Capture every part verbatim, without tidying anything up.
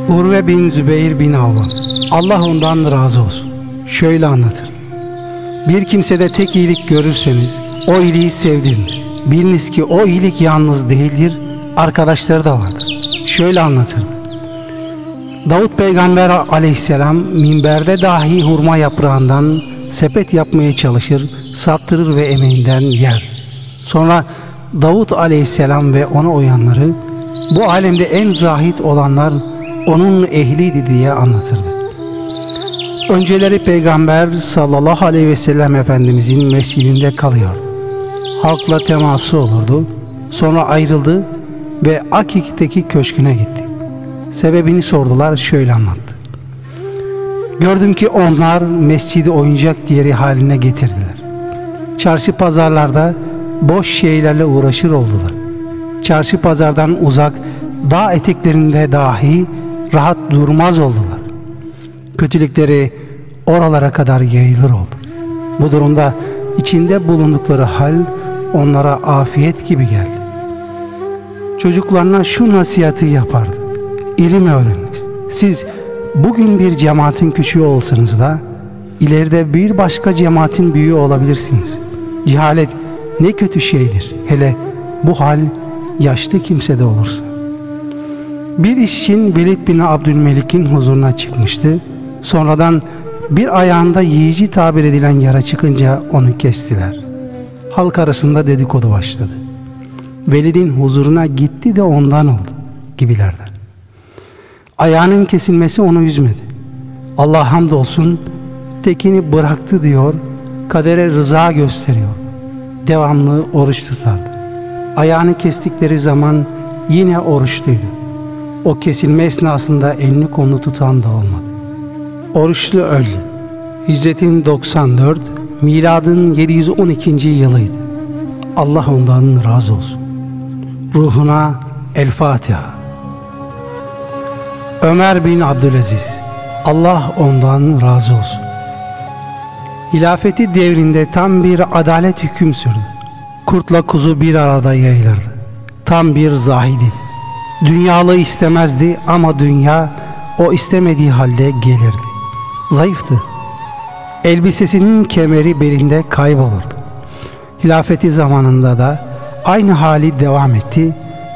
Urve bin Zübeyir bin Avvam, Allah ondan razı olsun, şöyle anlatır: bir kimsede tek iyilik görürseniz o iyiliği sevdiriniz. Biliniz ki o iyilik yalnız değildir, arkadaşları da vardır. Şöyle anlatırdı: Davut Peygamber aleyhisselam minberde dahi hurma yaprağından sepet yapmaya çalışır, saptırır ve emeğinden yer. Sonra Davut aleyhisselam ve ona uyanları, bu alemde en zahid olanlar onun ehliydi diye anlatırdı. Önceleri Peygamber sallallahu aleyhi ve sellem Efendimizin mescidinde kalıyordu. Halkla teması olurdu. Sonra ayrıldı ve Akik'teki köşküne gitti. Sebebini sordular, şöyle anlattı: gördüm ki onlar mescidi oyuncak yeri haline getirdiler. Çarşı pazarlarda boş şeylerle uğraşır oldular. Çarşı pazardan uzak, dağ eteklerinde dahi rahat durmaz oldular. Kötülükleri oralara kadar yayılır oldu. Bu durumda içinde bulundukları hal onlara afiyet gibi geldi. Çocuklarına şu nasihati yapardı: İlim öğreniniz. Siz bugün bir cemaatin küçüğü olsanız da ileride bir başka cemaatin büyüğü olabilirsiniz. Cehalet ne kötü şeydir, hele bu hal yaşlı kimsede olursa. Bir iş için Velid bin Abdülmelik'in huzuruna çıkmıştı. Sonradan bir ayağında yiyici tabir edilen yara çıkınca onu kestiler. Halk arasında dedikodu başladı. Velid'in huzuruna gitti de ondan oldu gibilerden. Ayağının kesilmesi onu üzmedi. Allah hamdolsun tekini bıraktı diyor, kadere rıza gösteriyor. Devamlı oruç tutardı. Ayağını kestikleri zaman yine oruçluydu. O kesilme esnasında elini kolunu tutan da olmadı. Oruçlu öldü. Hicretin doksan dört, miladın yedi yüz on ikinci yılıydı. Allah ondan razı olsun. Ruhuna El Fatiha. Ömer bin Abdülaziz, Allah ondan razı olsun. Hilafeti devrinde tam bir adalet hüküm sürdü. Kurtla kuzu bir arada yayılırdı. Tam bir zahid idi. Dünyalığı istemezdi ama dünya o istemediği halde gelirdi. Zayıftı. Elbisesinin kemeri belinde kaybolurdu. Hilafeti zamanında da aynı hali devam etti.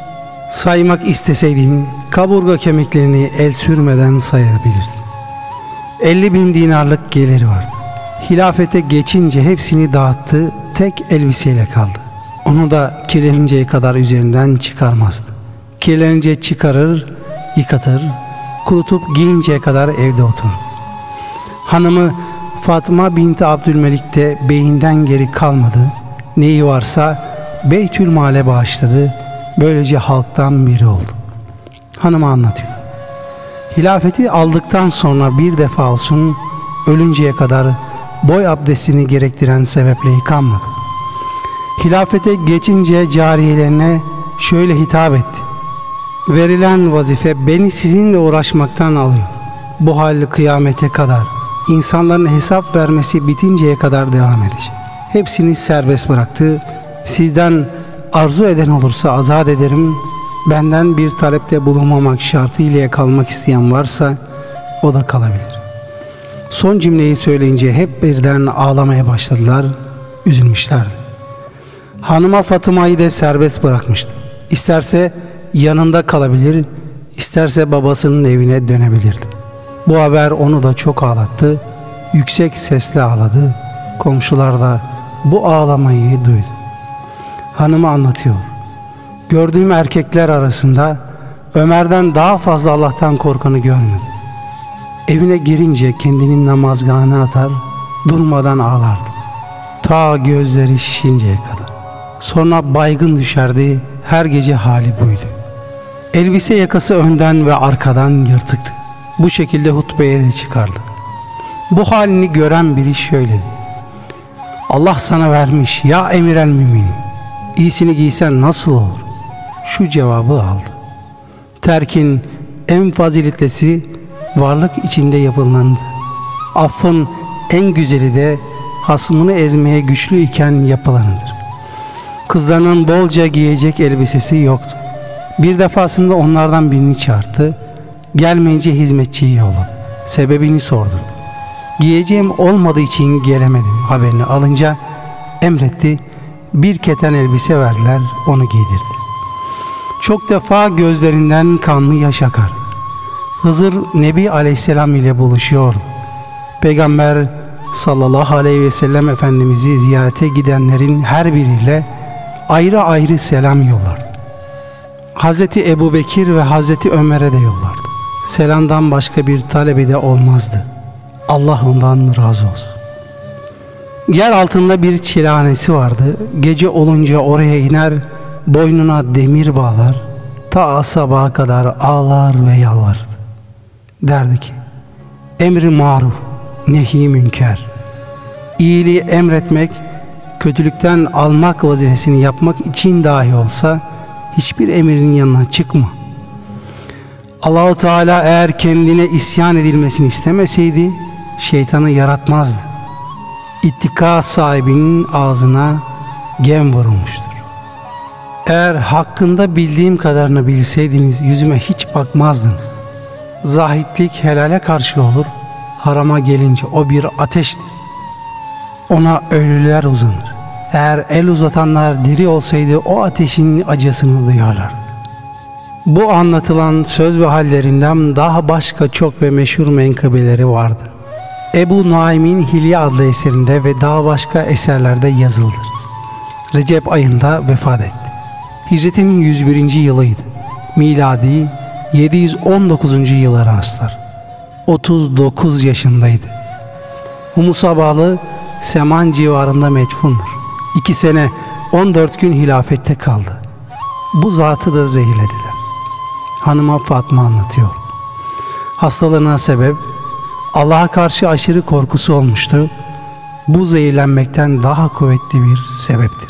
Saymak isteseydin kaburga kemiklerini el sürmeden sayabilirdin. elli bin dinarlık geliri var. Hilafete geçince hepsini dağıttı, tek elbiseyle kaldı. Onu da kirleninceye kadar üzerinden çıkarmazdı. Kirlenince çıkarır, yıkatır, kurutup giyinceye kadar evde oturur. Hanımı Fatma binti Abdülmelik de beyinden geri kalmadı. Neyi varsa Beytülmal'e bağışladı. Böylece halktan biri oldu. Hanımı anlatıyor: hilafeti aldıktan sonra bir defa olsun ölünceye kadar boy abdestini gerektiren sebeple yıkanmadı. Hilafete geçince cariyelerine şöyle hitap etti: verilen vazife beni sizinle uğraşmaktan alıyor. Bu hal kıyamete kadar, insanların hesap vermesi bitinceye kadar devam edecek. Hepsini serbest bıraktı. Sizden arzu eden olursa azat ederim. Benden bir talepte bulunmamak şartıyla kalmak isteyen varsa o da kalabilir. Son cümleyi söyleyince hep birden ağlamaya başladılar, üzülmüşlerdi. Hanıma Fatıma'yı da serbest bırakmıştı. İsterse yanında kalabilir, isterse babasının evine dönebilirdi. Bu haber onu da çok ağlattı. Yüksek sesle ağladı. Komşular da bu ağlamayı duydu. Hanımı anlatıyor: gördüğüm erkekler arasında Ömer'den daha fazla Allah'tan korkanı görmedim. Evine girince kendini namazgahına atar, durmadan ağlardı. Ta gözleri şişinceye kadar. Sonra baygın düşerdi, her gece hali buydu. Elbise yakası önden ve arkadan yırtıktı. Bu şekilde hutbeye de çıkardı. Bu halini gören biri şöyle dedi: Allah sana vermiş ya emir el müminin, iyisini giysen nasıl olur? Şu cevabı aldı: terkin en faziletlisi varlık içinde yapılandı. Affın en güzeli de hasmını ezmeye güçlü iken yapılanıdır. Kızlarının bolca giyecek elbisesi yoktu. Bir defasında onlardan birini çağırdı. Gelmeyince hizmetçiyi yolladı. Sebebini sordurdu. Giyeceğim olmadığı için gelemedim haberini alınca emretti. Bir keten elbise verdiler, onu giydirdi. Çok defa gözlerinden kanlı yaş akardı. Hızır Nebi Aleyhisselam ile buluşuyordu. Peygamber sallallahu aleyhi ve sellem Efendimiz'i ziyarete gidenlerin her biriyle ayrı ayrı selam yollardı. Hazreti Ebu Bekir ve Hazreti Ömer'e de yollardı. Selamdan başka bir talebi de olmazdı. Allah ondan razı olsun. Yer altında bir çilehanesi vardı. Gece olunca oraya iner, boynuna demir bağlar, ta sabaha kadar ağlar ve yalvarırdı. Derdi ki, emri maruf, nehi münker. İyiliği emretmek, kötülükten almak vazifesini yapmak için dahi olsa hiçbir emirin yanına çıkma. Allah-u Teala eğer kendine isyan edilmesini istemeseydi şeytanı yaratmazdı. İttika sahibinin ağzına gem vurulmuştur. Eğer hakkında bildiğim kadarını bilseydiniz yüzüme hiç bakmazdınız. Zahitlik helale karşı olur, harama gelince o bir ateştir. Ona ölüler uzanır. Eğer el uzatanlar diri olsaydı o ateşin acısını duyarlardı. Bu anlatılan söz ve hallerinden daha başka çok ve meşhur menkıbeleri vardı. Ebu Nuaym'in Hilye adlı eserinde ve daha başka eserlerde yazıldır. Recep ayında vefat etti. Hicretinin yüz birinci yılıydı. Miladi yedi yüz on dokuzuncu yıla rastlar. otuz dokuz yaşındaydı. Humus'a bağlı Seman civarında metfundur. İki sene on dört gün hilafette kaldı. Bu zatı da zehirlediler. Hanıma Fatma anlatıyor. Hastalığına sebep Allah'a karşı aşırı korkusu olmuştu. Bu zehirlenmekten daha kuvvetli bir sebeptir.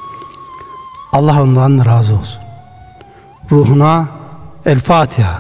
Allah ondan razı olsun. Ruhuna El Fatiha.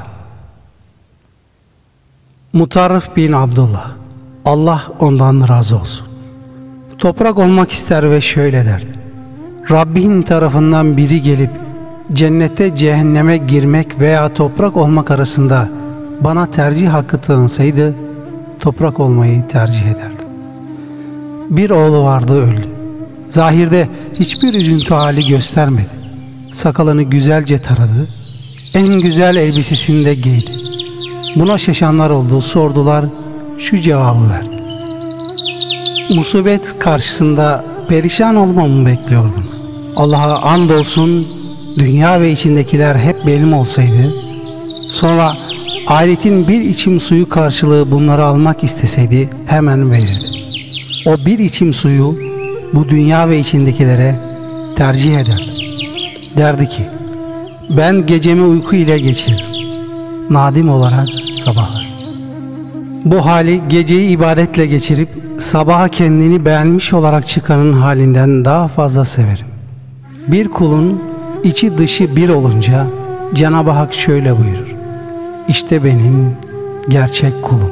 Mutarrif bin Abdullah. Allah ondan razı olsun. Toprak olmak ister ve şöyle derdi. Rabbin tarafından biri gelip cennete cehenneme girmek veya toprak olmak arasında bana tercih hakkı tanınsaydı toprak olmayı tercih ederdim. Bir oğlu vardı, öldü. Zahirde hiçbir üzüntü hali göstermedi. Sakalını güzelce taradı. En güzel elbisesini de giydi. Buna şaşanlar oldu, sordular, şu cevabı verdi. Musibet karşısında perişan olmamı bekliyordunuz. Allah'a andolsun dünya ve içindekiler hep benim olsaydı, sonra ahiretin bir içim suyu karşılığı bunları almak isteseydi hemen verirdim. O bir içim suyu bu dünya ve içindekilere tercih ederdi. Derdi ki, ben gecemi uyku ile geçiririm. Nadim olarak sabahlar. Bu hali geceyi ibadetle geçirip sabaha kendini beğenmiş olarak çıkanın halinden daha fazla severim. Bir kulun içi dışı bir olunca Cenab-ı Hak şöyle buyurur. İşte benim gerçek kulum.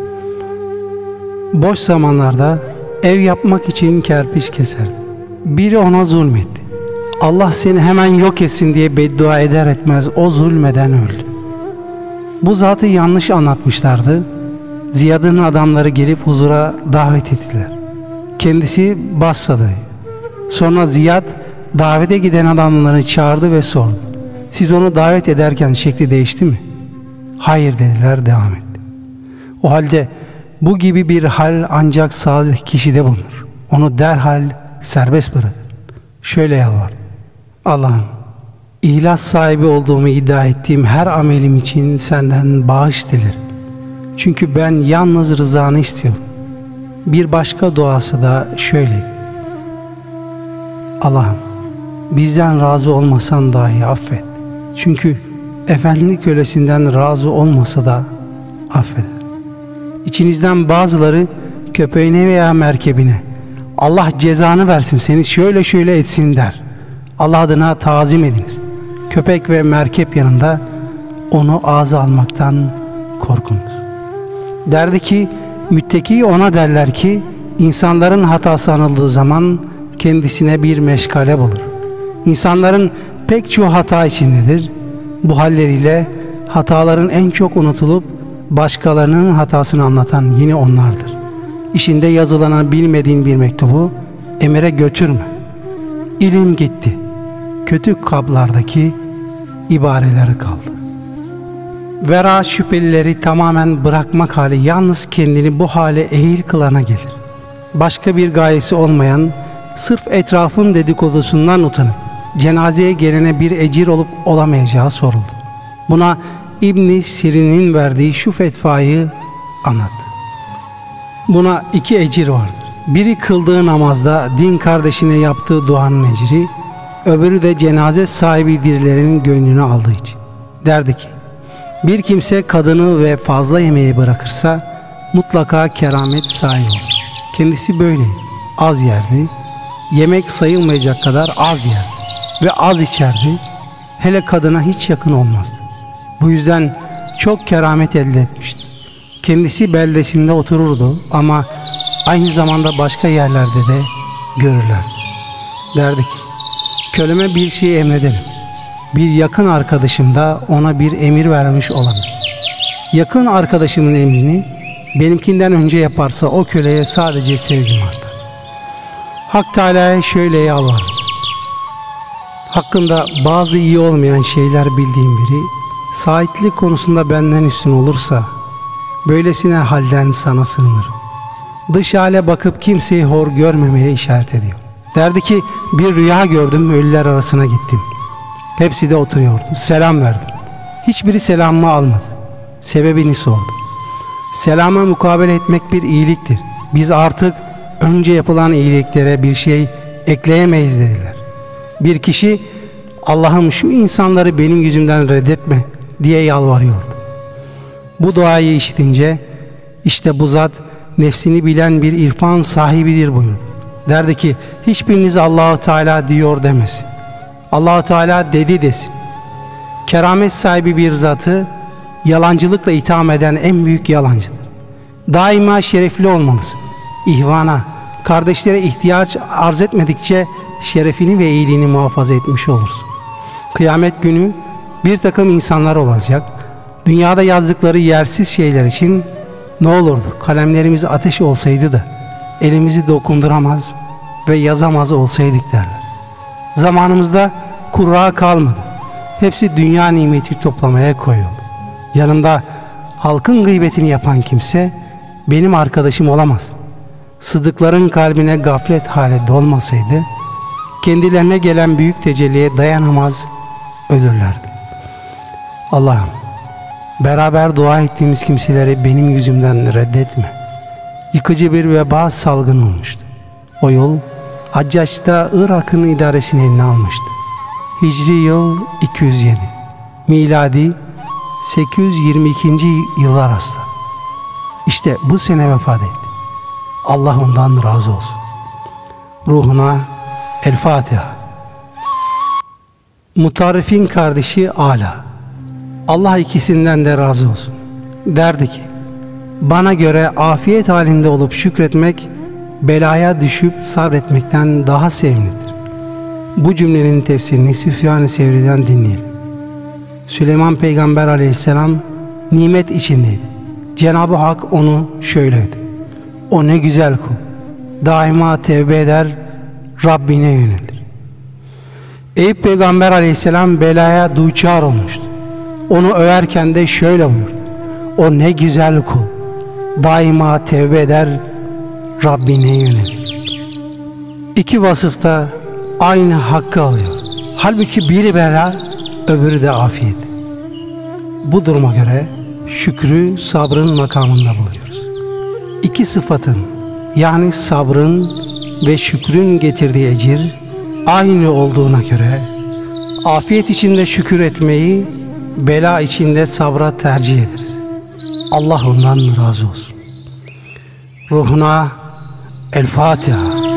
Boş zamanlarda ev yapmak için kerpiç keserdi. Biri ona zulmetti. Allah seni hemen yok etsin diye beddua eder etmez o zulmeden öldü. Bu zatı yanlış anlatmışlardı. Ziyad'ın adamları gelip huzura davet ettiler. Kendisi Basra'daydı. Sonra Ziyad davete giden adamları çağırdı ve sordu. Siz onu davet ederken şekli değişti mi? Hayır dediler, devam etti. O halde bu gibi bir hal ancak salih kişide bulunur. Onu derhal serbest bırakın. Şöyle yalvar. Allah'ım, ihlas sahibi olduğumu iddia ettiğim her amelim için senden bağış dilerim. Çünkü ben yalnız rızanı istiyorum. Bir başka duası da şöyle. Allah'ım, bizden razı olmasan dahi affet. Çünkü efendi kölesinden razı olmasa da affeder. İçinizden bazıları köpeğine veya merkebine Allah cezanı versin, seni şöyle şöyle etsin der. Allah adına tazim ediniz. Köpek ve merkep yanında onu ağza almaktan korkunuz. Derdi ki, mütteki ona derler ki, insanların hatası anıldığı zaman kendisine bir meşgale bulur. İnsanların pek çoğu hata içindedir. Bu halleriyle hataların en çok unutulup başkalarının hatasını anlatan yine onlardır. İşinde yazılanı bilmediğin bir mektubu emire götürme. İlim gitti. Kötü kablardaki ibareleri kaldı. Vera şüphelileri tamamen bırakmak hali yalnız kendini bu hale ehil kılana gelir. Başka bir gayesi olmayan, sırf etrafın dedikodusundan utanıp cenazeye gelene bir ecir olup olamayacağı soruldu. Buna İbn Sirin'in verdiği şu fetvayı anlattı. Buna iki ecir vardır. Biri kıldığı namazda din kardeşine yaptığı duanın ecri, öbürü de cenaze sahibi dirilerinin gönlünü aldığı için. Derdi ki, bir kimse kadını ve fazla yemeği bırakırsa mutlaka keramet sahibi olur. Kendisi böyleydi. Az yerdi, yemek sayılmayacak kadar az yerdi ve az içerdi, hele kadına hiç yakın olmazdı. Bu yüzden çok keramet elde etmişti. Kendisi beldesinde otururdu ama aynı zamanda başka yerlerde de görürlerdi. Derdi ki, köleme bir şey emredelim. Bir yakın arkadaşım da ona bir emir vermiş olabilir. Yakın arkadaşımın emrini benimkinden önce yaparsa o köleye sadece sevgim artar. Hak Teala'ya şöyle yalvarır. Hakkında bazı iyi olmayan şeyler bildiğim biri, saitlik konusunda benden üstün olursa, böylesine halden sana sığınırım. Dış hale bakıp kimseyi hor görmemeye işaret ediyor. Derdi ki, bir rüya gördüm, ölüler arasına gittim. Hepsi de oturuyordu. Selam verdim. Hiçbiri selamımı almadı. Sebebini sordu. Selama mukabele etmek bir iyiliktir. Biz artık önce yapılan iyiliklere bir şey ekleyemeyiz dediler. Bir kişi, Allah'ım şu insanları benim yüzümden reddetme diye yalvarıyordu. Bu duayı işitince, işte bu zat nefsini bilen bir irfan sahibidir buyurdu. Derdi ki, hiçbiriniz Allah-u Teala diyor demesin. Allah-u Teala dedi desin. Keramet sahibi bir zatı yalancılıkla itham eden en büyük yalancıdır. Daima şerefli olmalısın. İhvana, kardeşlere ihtiyaç arz etmedikçe şerefini ve iyiliğini muhafaza etmiş olursun. Kıyamet günü bir takım insanlar olacak. Dünyada yazdıkları yersiz şeyler için ne olurdu kalemlerimiz ateş olsaydı da elimizi dokunduramaz ve yazamaz olsaydık derler. Zamanımızda kurra kalmadı. Hepsi dünya nimeti toplamaya koyuldu. Yanımda halkın gıybetini yapan kimse benim arkadaşım olamaz. Sıdıkların kalbine gaflet hale dolmasaydı kendilerine gelen büyük tecelliye dayanamaz ölürlerdi. Allah'ım, beraber dua ettiğimiz kimseleri benim yüzümden reddetme. Yıkıcı bir veba salgın olmuştu. O yol Haccaç'ta Irak'ın idaresini eline almıştı. Hicri yıl iki yüz yedi, miladi sekiz yüz yirmi ikinci yıllar arasında. İşte bu sene vefat etti. Allah ondan razı olsun. Ruhuna El Fatiha. Mutarrif'in kardeşi Ala, Allah ikisinden de razı olsun, derdi ki, bana göre afiyet halinde olup şükretmek, belaya düşüp sabretmekten daha sevimlidir. Bu cümlenin tefsirini Süfyan-ı Sevri'den dinleyelim. Süleyman Peygamber aleyhisselam nimet içindeydi. Cenab-ı Hak onu şöyle övdü. O ne güzel kul, daima tevbe eder, Rabbine yönelir. Eyüp Peygamber aleyhisselam belaya duçar olmuştu. Onu överken de şöyle buyurdu. O ne güzel kul, daima tevbe eder, Rabbine yönelir. İki vasıfta aynı hakkı alıyor. Halbuki biri bela, öbürü de afiyet. Bu duruma göre şükrü sabrın makamında buluyoruz. İki sıfatın, yani sabrın ve şükrün getirdiği ecir aynı olduğuna göre afiyet içinde şükür etmeyi, bela içinde sabra tercih ederiz. Allah ondan razı olsun. Ruhuna El Fatiha.